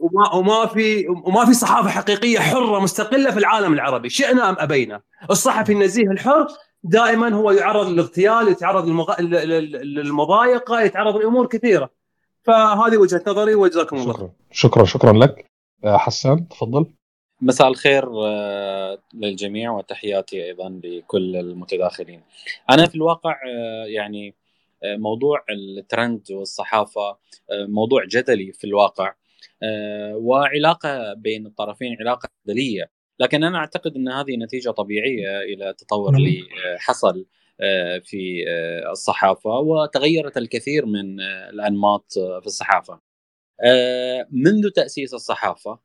وما في صحافة حقيقية حرة مستقلة في العالم العربي، شئنا أم أبينا. الصحفي النزيه الحر دائما هو يتعرض للاغتيال، يتعرض للمضايقة، يتعرض لأمور كثيرة. فهذه وجهة نظري وجزاكم الله. شكرا لك. حسان، تفضل. مساء الخير للجميع، وتحياتي أيضا لكل المتداخلين. أنا في الواقع يعني موضوع الترند والصحافة موضوع جدلي في الواقع، وعلاقة بين الطرفين علاقة جدلية، لكن أنا أعتقد أن هذه نتيجة طبيعية إلى التطور اللي حصل في الصحافة، وتغيرت الكثير من الأنماط في الصحافة منذ تأسيس الصحافة.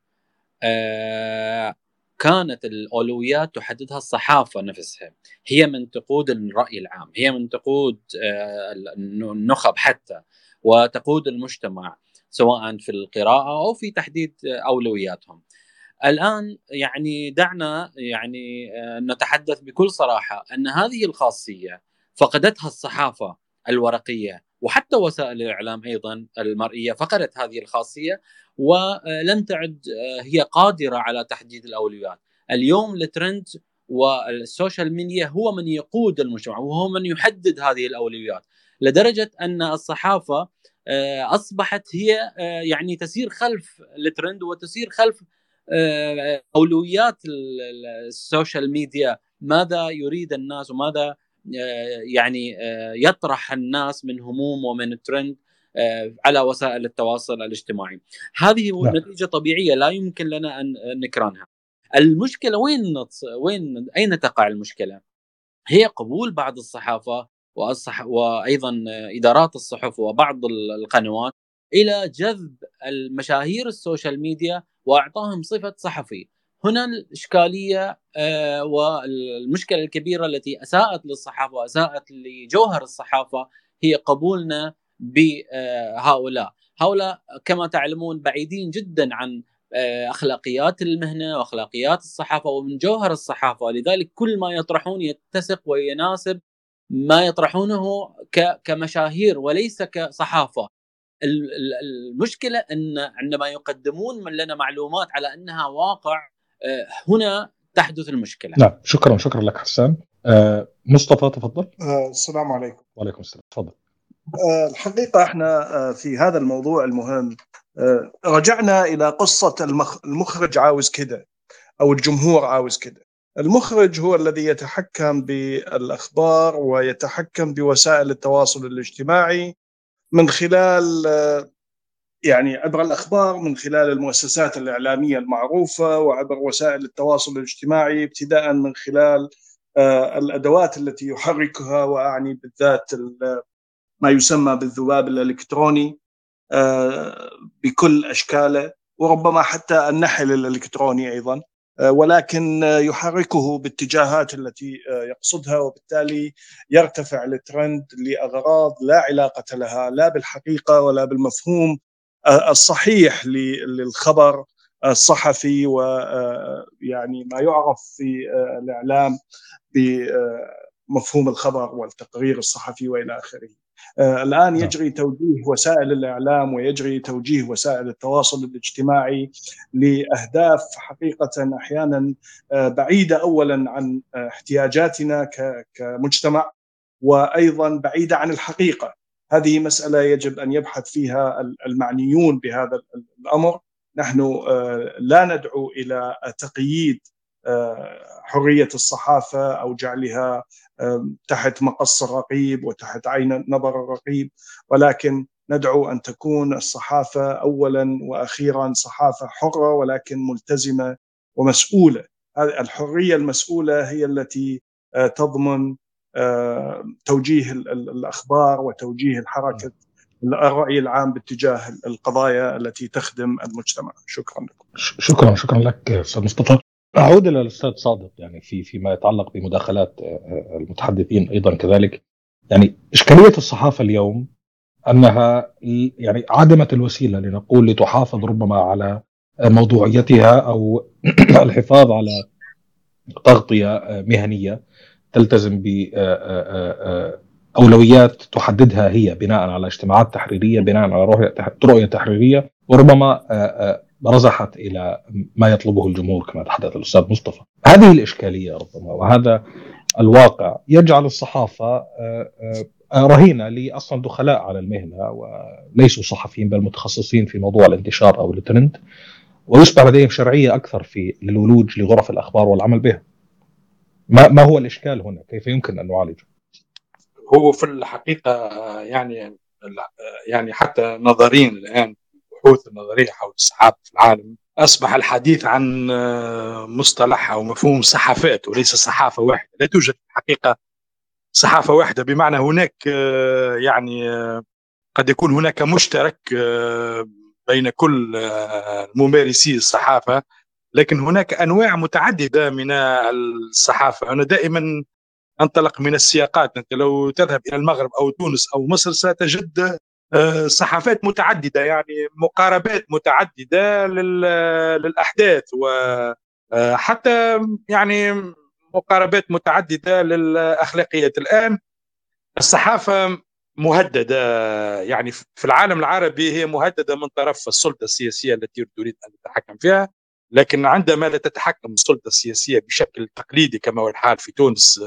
كانت الأولويات تحددها الصحافة نفسها، هي من تقود الرأي العام، هي من تقود النخب حتى، وتقود المجتمع سواء في القراءة أو في تحديد أولوياتهم. الآن يعني دعنا يعني نتحدث بكل صراحة أن هذه الخاصية فقدتها الصحافة الورقية، وحتى وسائل الإعلام أيضا المرئية فقدت هذه الخاصية، ولم تعد هي قادرة على تحديد الأولويات. اليوم الترند والسوشيال ميديا هو من يقود المجتمع، وهو من يحدد هذه الأولويات، لدرجة أن الصحافة أصبحت هي يعني تسير خلف الترند وتسير خلف أولويات السوشيال ميديا، ماذا يريد الناس وماذا يعني يطرح الناس من هموم ومن الترند على وسائل التواصل الاجتماعي. هذه نتيجة طبيعية لا يمكن لنا أن نكرانها. المشكلة أين تقع المشكلة؟ هي قبول بعض الصحافة وأيضا إدارات الصحف وبعض القنوات إلى جذب المشاهير السوشيال ميديا واعطاهم صفه صحفي. هنا الاشكاليه والمشكله الكبيره التي اساءت للصحافه واساءت لجوهر الصحافه هي قبولنا بهؤلاء. هؤلاء كما تعلمون بعيدين جدا عن اخلاقيات المهنه واخلاقيات الصحافه ومن جوهر الصحافه، ولذلك كل ما يطرحون يتسق ويناسب ما يطرحونه كمشاهير وليس كصحافه. المشكله ان عندما يقدمون لنا معلومات على انها واقع، هنا تحدث المشكله. نعم، شكرا لك حسان. مصطفى تفضل. السلام عليكم. وعليكم السلام، تفضل. الحقيقة احنا في هذا الموضوع المهم رجعنا إلى قصة المخرج عاوز كده أو الجمهور عاوز كده. المخرج هو الذي يتحكم بالأخبار ويتحكم بوسائل التواصل الاجتماعي من خلال يعني عبر الأخبار، من خلال المؤسسات الإعلامية المعروفة وعبر وسائل التواصل الاجتماعي، ابتداء من خلال الأدوات التي يحركها، وأعني بالذات ما يسمى بالذباب الإلكتروني بكل أشكاله، وربما حتى النحل الإلكتروني أيضا، ولكن يحركه باتجاهات التي يقصدها، وبالتالي يرتفع الترند لأغراض لا علاقة لها لا بالحقيقة ولا بالمفهوم الصحيح للخبر الصحفي، ويعني ما يعرف في الإعلام بمفهوم الخبر والتقرير الصحفي وإلى آخره. الآن يجري توجيه وسائل الإعلام ويجري توجيه وسائل التواصل الاجتماعي لأهداف حقيقة أحيانا بعيدة أولا عن احتياجاتنا كمجتمع، وأيضا بعيدة عن الحقيقة. هذه مسألة يجب أن يبحث فيها المعنيون بهذا الأمر. نحن لا ندعو إلى تقييد حرية الصحافة أو جعلها تحت مقص الرقيب وتحت عين نظر الرقيب، ولكن ندعو أن تكون الصحافة أولا وأخيرا صحافة حرة ولكن ملتزمة ومسؤولة. الحرية المسؤولة هي التي تضمن توجيه الأخبار وتوجيه الحركة الرأي العام باتجاه القضايا التي تخدم المجتمع. شكرا لكم. شكرا لك أستاذ مصطفى. أعود إلى الأستاذ صادق، يعني فيما يتعلق بمداخلات المتحدثين أيضا كذلك. يعني إشكالية الصحافة اليوم أنها يعني عدمة الوسيلة لنقول لتحافظ ربما على موضوعيتها أو الحفاظ على تغطية مهنية تلتزم بأولويات تحددها هي بناء على اجتماعات تحريرية، بناء على رؤية تحريرية، وربما رزحت إلى ما يطلبه الجمهور كما تحدث الأستاذ مصطفى. هذه الإشكالية ربما وهذا الواقع يجعل الصحافة رهينة لأصلا دخلاء على المهنة وليسوا صحفيين بل متخصصين في موضوع الانتشار أو الترند، ويصبح لديهم شرعية أكثر في للولوج لغرف الأخبار والعمل بها. ما هو الإشكال هنا؟ كيف يمكن أن نعالجه؟ هو في الحقيقة يعني حتى نظريا الآن بحوث النظرية حول الصحافة في العالم أصبح الحديث عن مصطلح أو مفهوم صحافات وليس صحافة واحدة. لا توجد في الحقيقة صحافة واحدة، بمعنى هناك يعني قد يكون هناك مشترك بين كل ممارسي الصحافة، لكن هناك أنواع متعددة من الصحافة. أنا دائما أنطلق من السياقات. أنت لو تذهب إلى المغرب أو تونس أو مصر ستجد صحافات متعددة، يعني مقاربات متعددة للأحداث، وحتى يعني مقاربات متعددة للأخلاقيات. الآن الصحافة مهددة، يعني في العالم العربي هي مهددة من طرف السلطة السياسية التي تريد أن تتحكم فيها، لكن عندما لا تتحكم السلطة السياسية بشكل تقليدي كما هو الحال في تونس،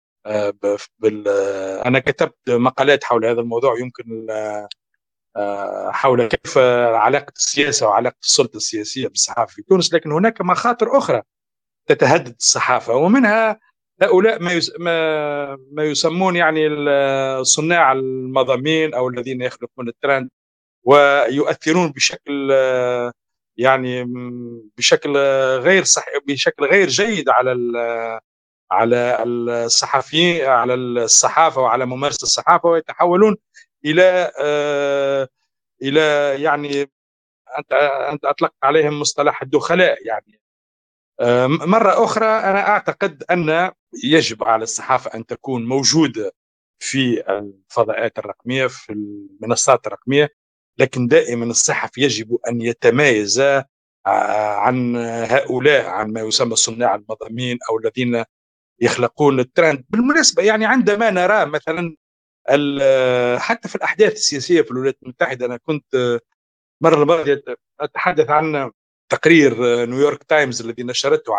أنا كتبت مقالات حول هذا الموضوع، يمكن حول كيف علاقة السياسة وعلاقة السلطة السياسية بالصحافة في تونس، لكن هناك مخاطر أخرى تتهدد الصحافة، ومنها هؤلاء ما يسمون يعني صناع المضامين أو الذين يخلقون الترند ويؤثرون بشكل يعني بشكل غير صحيح، بشكل غير جيد على الصحفيين، على الصحافة وعلى ممارسة الصحافة، ويتحولون إلى يعني انت اطلقت عليهم مصطلح الدخلاء. يعني مرة أخرى أنا أعتقد أن يجب على الصحافة أن تكون موجودة في الفضاءات الرقمية، في المنصات الرقمية، لكن دائما الصحفي يجب أن يتميز عن هؤلاء، عن ما يسمى صناع المضامين أو الذين يخلقون الترند. بالمناسبة يعني عندما نرى مثلا حتى في الأحداث السياسية في الولايات المتحدة، أنا كنت مرة الماضية أتحدث عن تقرير نيويورك تايمز الذي نشرته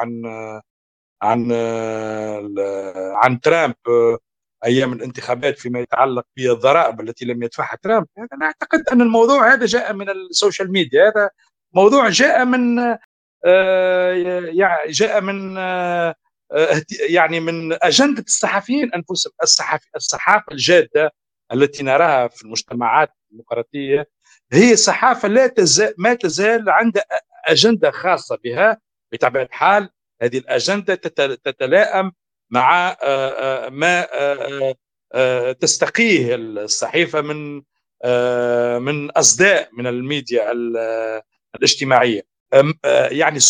عن ترامب ايام الانتخابات فيما يتعلق بالضرائب التي لم يدفعها ترامب. انا اعتقد ان الموضوع هذا جاء من السوشيال ميديا، هذا موضوع جاء من يعني من اجنده الصحفيين انفسهم. الصحافه الجاده التي نراها في المجتمعات الديمقراطيه هي صحافه ما تزال عندها اجنده خاصه بها. بطبيعه الحال هذه الأجندة تتلائم مع ما تستقيه الصحيفة من أصداء من الميديا الاجتماعية. يعني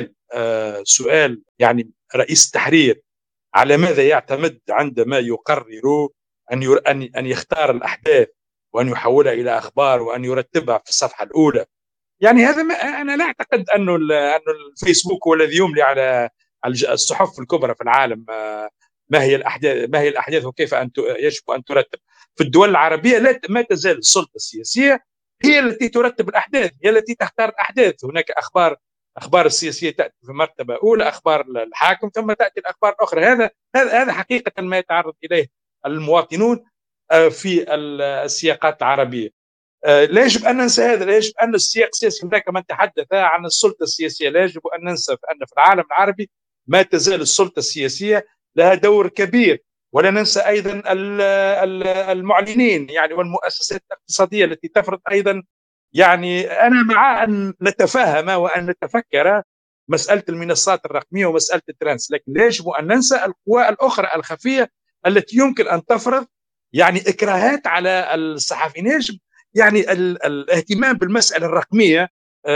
سؤال يعني رئيس التحرير على ماذا يعتمد عندما يقرر أن يختار الأحداث وأن يحولها إلى أخبار وأن يرتبها في الصفحة الأولى؟ يعني هذا أنا لا أعتقد أنه الفيسبوك هو الذي يملي على الصحف الكبرى في العالم ما هي الأحداث وكيف يجب أن ترتب. في الدول العربية ما تزال السلطة السياسية هي التي ترتب الأحداث، هي التي تختار الأحداث. هناك أخبار السياسية تأتي في مرتبة أولى، أخبار الحاكم، ثم تأتي الأخبار الأخرى. هذا حقيقة ما يتعرض إليه المواطنون في السياقات العربية. لا يجب أن ننسى هذا، لا يجب أن السياق السياسي، هناك من تحدث عن السلطة السياسية، لا يجب أن ننسى أن في العالم العربي ما تزال السلطة السياسية لها دور كبير. ولا ننسى أيضا المعلنين يعني والمؤسسات الاقتصادية التي تفرض أيضا. يعني أنا مع أن نتفهم وأن نتفكر مسألة المنصات الرقمية ومسألة الترانس، لكن لا يجب أن ننسى القوى الأخرى الخفية التي يمكن أن تفرض يعني إكراهات على الصحفيين. يجب يعني الاهتمام بالمسألة الرقمية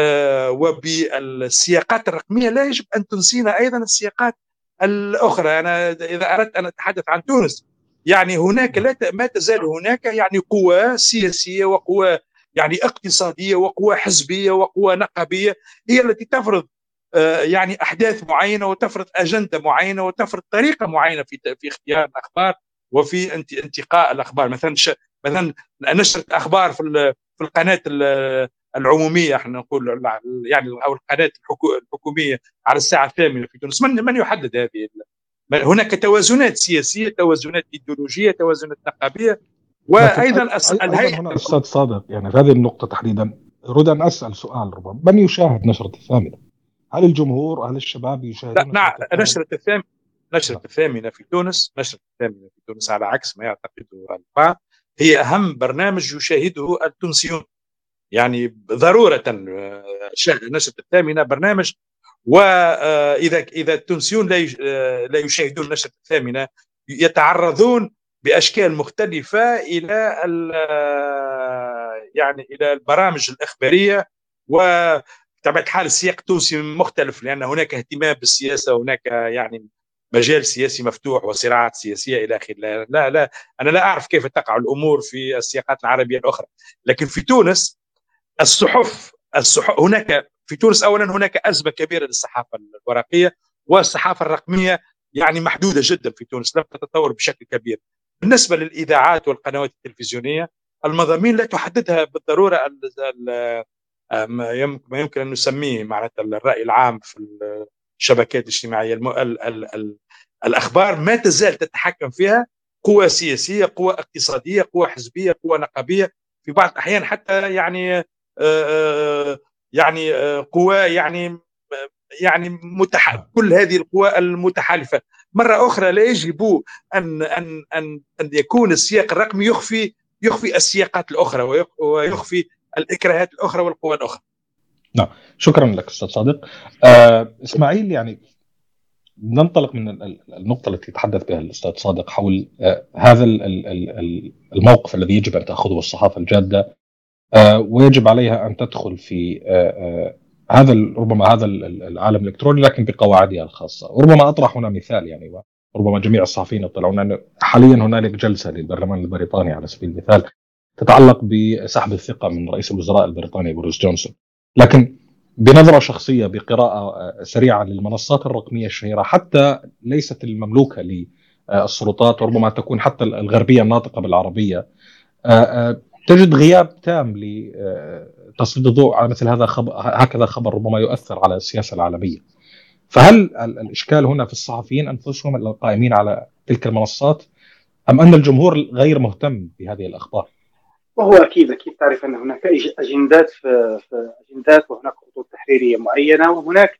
وبالسياقات الرقمية، لا يجب أن تنسينا أيضا السياقات الأخرى. أنا إذا أردت أن أتحدث عن تونس، يعني هناك ما تزال هناك يعني قوى سياسية وقوى يعني اقتصادية وقوى حزبية وقوى نقابية هي التي تفرض يعني أحداث معينة وتفرض أجندة معينة وتفرض طريقة معينة في اختيار الأخبار وفي انتقاء الأخبار. مثلا نشرة أخبار في القناة العمومية، احنا نقول يعني أو القناة الحكومية على الساعة 8 في تونس. من يحدد هذه؟ هناك توازنات سياسية، توازنات إيديولوجية، توازنات نقابية، وأيضا الهيئة. هنا أستاذ صادق، يعني في هذه النقطة تحديدا أريد أن أسأل سؤال ربما: من يشاهد نشرة الثامنة؟ هل الجمهور، هل الشباب يشاهدون نشرة الثامنة في تونس؟ نشرة الثامنة في تونس على عكس ما يعتقده البعض هي أهم برنامج يشاهده التونسيون. يعني ضرورة نشرة الثامنة برنامج، وإذا التونسيون لا يشاهدون نشرة الثامنة يتعرضون بأشكال مختلفة إلى يعني إلى البرامج الإخبارية. وبطبيعة الحال السياق التونسي مختلف، لأن هناك اهتمام بالسياسة، هناك يعني مجال سياسي مفتوح وصراعات سياسية إلى آخره. لا أنا لا أعرف كيف تقع الأمور في السياقات العربية الأخرى، لكن في تونس الصحف هناك في تونس أولا هناك أزمة كبيرة للصحافة الورقية، والصحافة الرقمية يعني محدودة جدا في تونس، لم تتطور بشكل كبير. بالنسبة للإذاعات والقنوات التلفزيونية، المضامين لا تحددها بالضرورة ما يمكن أن نسميه معناتها الرأي العام في الشبكات الاجتماعية. الأخبار ما تزال تتحكم فيها قوى سياسية، قوى اقتصادية، قوى حزبية، قوى نقابية، في بعض الأحيان حتى يعني قوى يعني كل هذه القوى المتحالفة. مرة أخرى لا يجب أن يكون السياق الرقمي يخفي السياقات الأخرى ويخفي الإكراهات الأخرى والقوى الأخرى. نعم، شكرا لك أستاذ صادق. إسماعيل، يعني ننطلق من النقطة التي تحدث بها الأستاذ صادق حول هذا الموقف الذي يجب أن تأخذه الصحافة الجادة ويجب عليها أن تدخل في ربما هذا العالم الإلكتروني لكن بقواعدها الخاصة. وربما أطرح هنا مثال، يعني ربما جميع الصحفيين يطلعون أن حاليا هنالك جلسة للبرلمان البريطاني على سبيل المثال تتعلق بسحب الثقة من رئيس الوزراء البريطاني بوريس جونسون. لكن بنظرة شخصية بقراءة سريعة للمنصات الرقمية الشهيرة حتى ليست المملوكة للسلطات وربما تكون حتى الغربية الناطقة بالعربية، تجد غياب تام لتسليط الضوء على مثل هكذا خبر ربما يؤثر على السياسة العالمية. فهل الإشكال هنا في الصحفيين أنفسهم القائمين على تلك المنصات، أم أن الجمهور غير مهتم بهذه الأخبار؟ وهو أكيد تعرف أن هناك أجندات في أجندات، وهناك خطوط تحريرية معينة، وهناك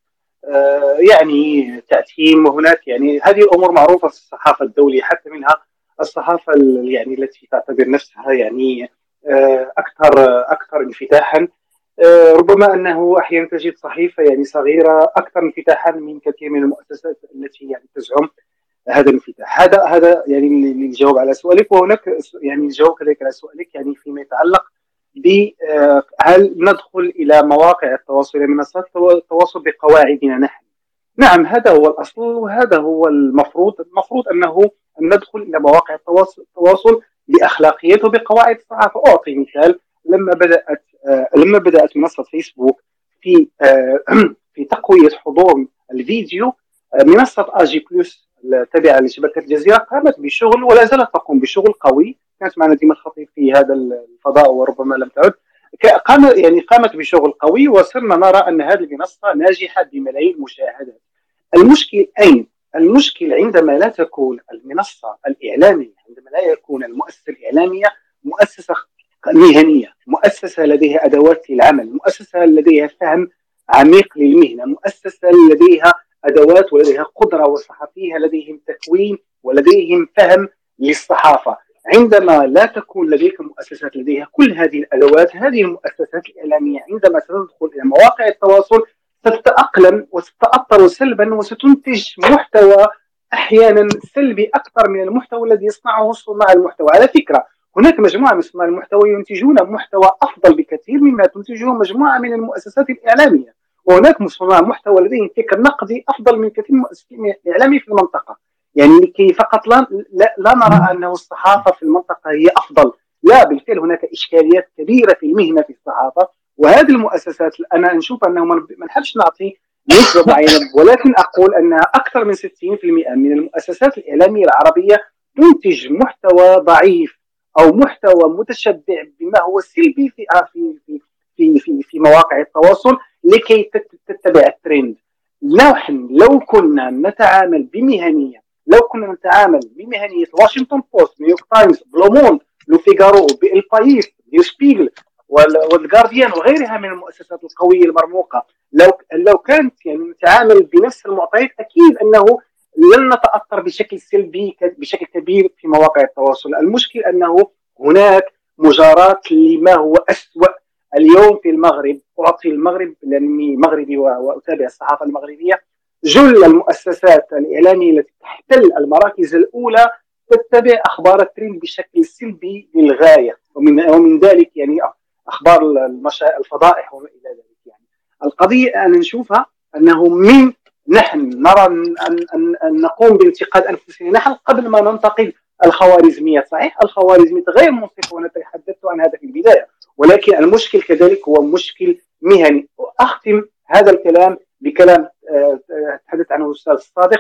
يعني تعتيم، وهناك يعني هذه الأمور معروفة في الصحافة الدولية، حتى منها الصحافة يعني التي تعتبر نفسها يعني أكثر انفتاحا. ربما أنه أحيانا تجد صحيفة يعني صغيرة أكثر انفتاحا من كثير من المؤسسات التي يعني تزعم هذا الانفتاح. هذا يعني اللي يجاوب على سؤالك. وهناك يعني الجواب كذلك على سؤالك يعني فيما يتعلق هل ندخل إلى مواقع التواصل، منصات التواصل بقواعدنا نحن. نعم، هذا هو الأصل، وهذا هو المفروض أن ندخل إلى مواقع التواصل بأخلاقيات وبقواعد الصحافة. أعطي مثال: لما بدأت منصة فيسبوك في تقوية حضور الفيديو، منصة AG+ التابعة لشبكة الجزيرة قامت بشغل ولا زالت تقوم بشغل قوي. كانت معنا ديما الخطيب في هذا الفضاء وربما لم تعد. قامت بشغل قوي، وصرنا نرى أن هذه المنصة ناجحة بملايين المشاهدات. المشكل أين؟ المشكل عندما لا تكون المنصة الإعلامية، عندما لا يكون المؤسسة الإعلامية مؤسسة مهنية، مؤسسة لديها أدوات للعمل، مؤسسة لديها فهم عميق للمهنة، مؤسسة لديها أدوات ولديها قدرة، والصحفيين لديهم تكوين ولديهم فهم للصحافة. عندما لا تكون لديك مؤسسات لديها كل هذه الأدوات، هذه المؤسسات الإعلامية عندما ستدخل إلى مواقع التواصل ستتأقلم وستتأثر سلبا، وستنتج محتوى أحيانا سلبي أكثر من المحتوى الذي يصنعه صناع المحتوى. على فكرة، هناك مجموعة من صناع المحتوى ينتجون محتوى أفضل بكثير مما تنتجه مجموعة من المؤسسات الإعلامية، وهناك صناع محتوى لديهم فكر نقدي أفضل من كثير من المؤسسات الإعلامية في المنطقة. يعني لكي فقط لا نرى أنه الصحافة في المنطقة هي أفضل، لا، بالفعل هناك إشكاليات كبيرة في المهنة في الصحافة. وهذه المؤسسات أنا نشوف أنه ما نحبش نعطي نسبة معينة، ولكن أقول أن أكثر من 60% من المؤسسات الإعلامية العربية تنتج محتوى ضعيف أو محتوى متشبع بما هو سلبي في مواقع التواصل لكي تتبع الترند. لو كنا نتعامل بمهنية، واشنطن بوست، نيويورك تايمز، بلوموند، لو فيغارو، بالبايس، شبيغل، والجارديان وغيرها من المؤسسات القوية المرموقة، لو كانت يعني نتعامل بنفس المعطيات، أكيد أنه لن نتأثر بشكل سلبي بشكل كبير في مواقع التواصل. المشكل أنه هناك مجاراة لما هو أسوأ اليوم في المغرب. أعطي المغرب لأنني مغربي وأتابع الصحافة المغربية. جل المؤسسات الإعلامية التي تحتل المراكز الأولى تتبع أخبار الترند بشكل سلبي للغاية، ومن ذلك يعني أخبار الفضائح وما إلى ذلك. يعني القضية أنا نشوفها أنه نحن نرى أن نقوم بانتقاد أنفسنا نحن قبل ما ننتقد الخوارزميات. صحيح الخوارزميات غير منصفة وأنا تحدثت عن هذا في البداية، ولكن المشكل كذلك هو مشكل مهني. أختم هذا الكلام بكلام تحدث عنه الأستاذ الصادق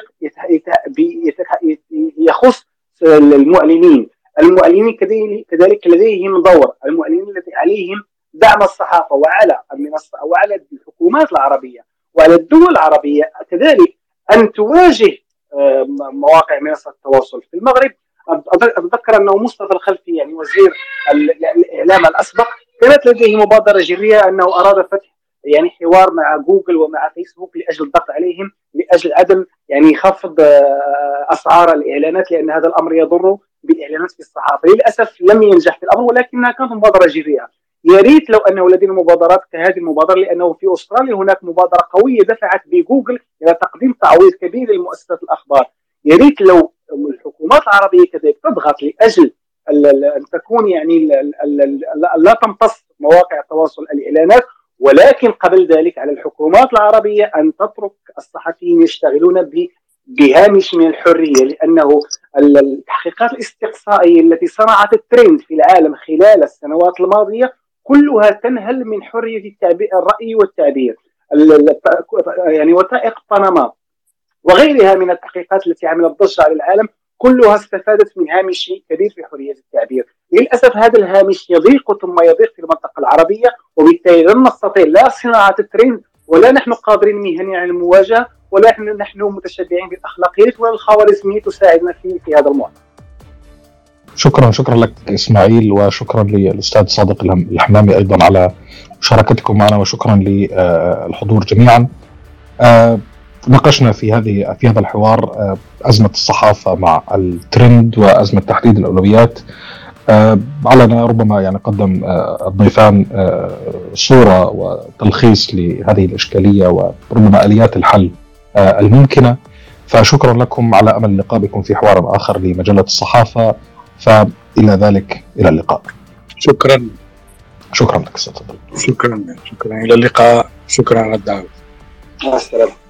يخص المعلنين كذلك لديهم دور. المعلنين الذي عليهم دعم الصحافة وعلى المنصة وعلى الحكومات العربية وعلى الدول العربية كذلك أن تواجه مواقع منصة التواصل في المغرب. أتذكر أنه مصطفى الخلفي يعني وزير الإعلام الأسبق كانت لديه مبادرة جريئة أنه أراد فتح يعني حوار مع جوجل ومع فيسبوك لأجل الضغط عليهم، لأجل عدم يعني خفض أسعار الإعلانات، لأن هذا الأمر يضر بالإعلانات في الصحافة. للأسف لم ينجح في الأمر، ولكنها كانت مبادرة جريئة. يا ريت لو أنه لدينا مبادرات كهذه المبادرة، لأنه في أستراليا هناك مبادرة قوية دفعت بجوجل إلى تقديم تعويض كبير لمؤسسات الأخبار. يا ريت لو الحكومات العربية كذلك تضغط لأجل أن تكون يعني لا تمتص مواقع التواصل الإعلانات، ولكن قبل ذلك على الحكومات العربية أن تترك الصحفيين يشتغلون بهامش من الحرية، لأنه التحقيقات الاستقصائية التي صنعت الترند في العالم خلال السنوات الماضية كلها تنهل من حرية الرأي والتعبير. يعني وثائق بنما وغيرها من التحقيقات التي عملت ضجة على العالم كلها استفادت من هامش كبير في حرية التعبير. للأسف هذا الهامش يضيق ثم يضيق في المنطقة العربية، وبالتالي لن نستطيع لا صناعة الترند ولا نحن قادرين مهنيا على المواجهة، ولا نحن متشبعين بالأخلاقيات ولا الخوارزمية تساعدنا في هذا الموضوع. شكرا لك إسماعيل، وشكرا للأستاذ صادق الحمامي أيضا على مشاركتكم معنا، وشكرا للحضور جميعا. ناقشنا في هذا الحوار أزمة الصحافة مع الترند وأزمة تحديد الأولويات. علنا ربما يعني قدم الضيفان صورة وتلخيص لهذه الإشكالية وربما آليات الحل الممكنة. فشكرا لكم، على أمل اللقاء بكم في حوار آخر لمجلة الصحافة. فإلى ذلك، إلى اللقاء. شكرا لك أستاذ. شكرا إلى اللقاء. شكرا على الدعوة. مع السلامة.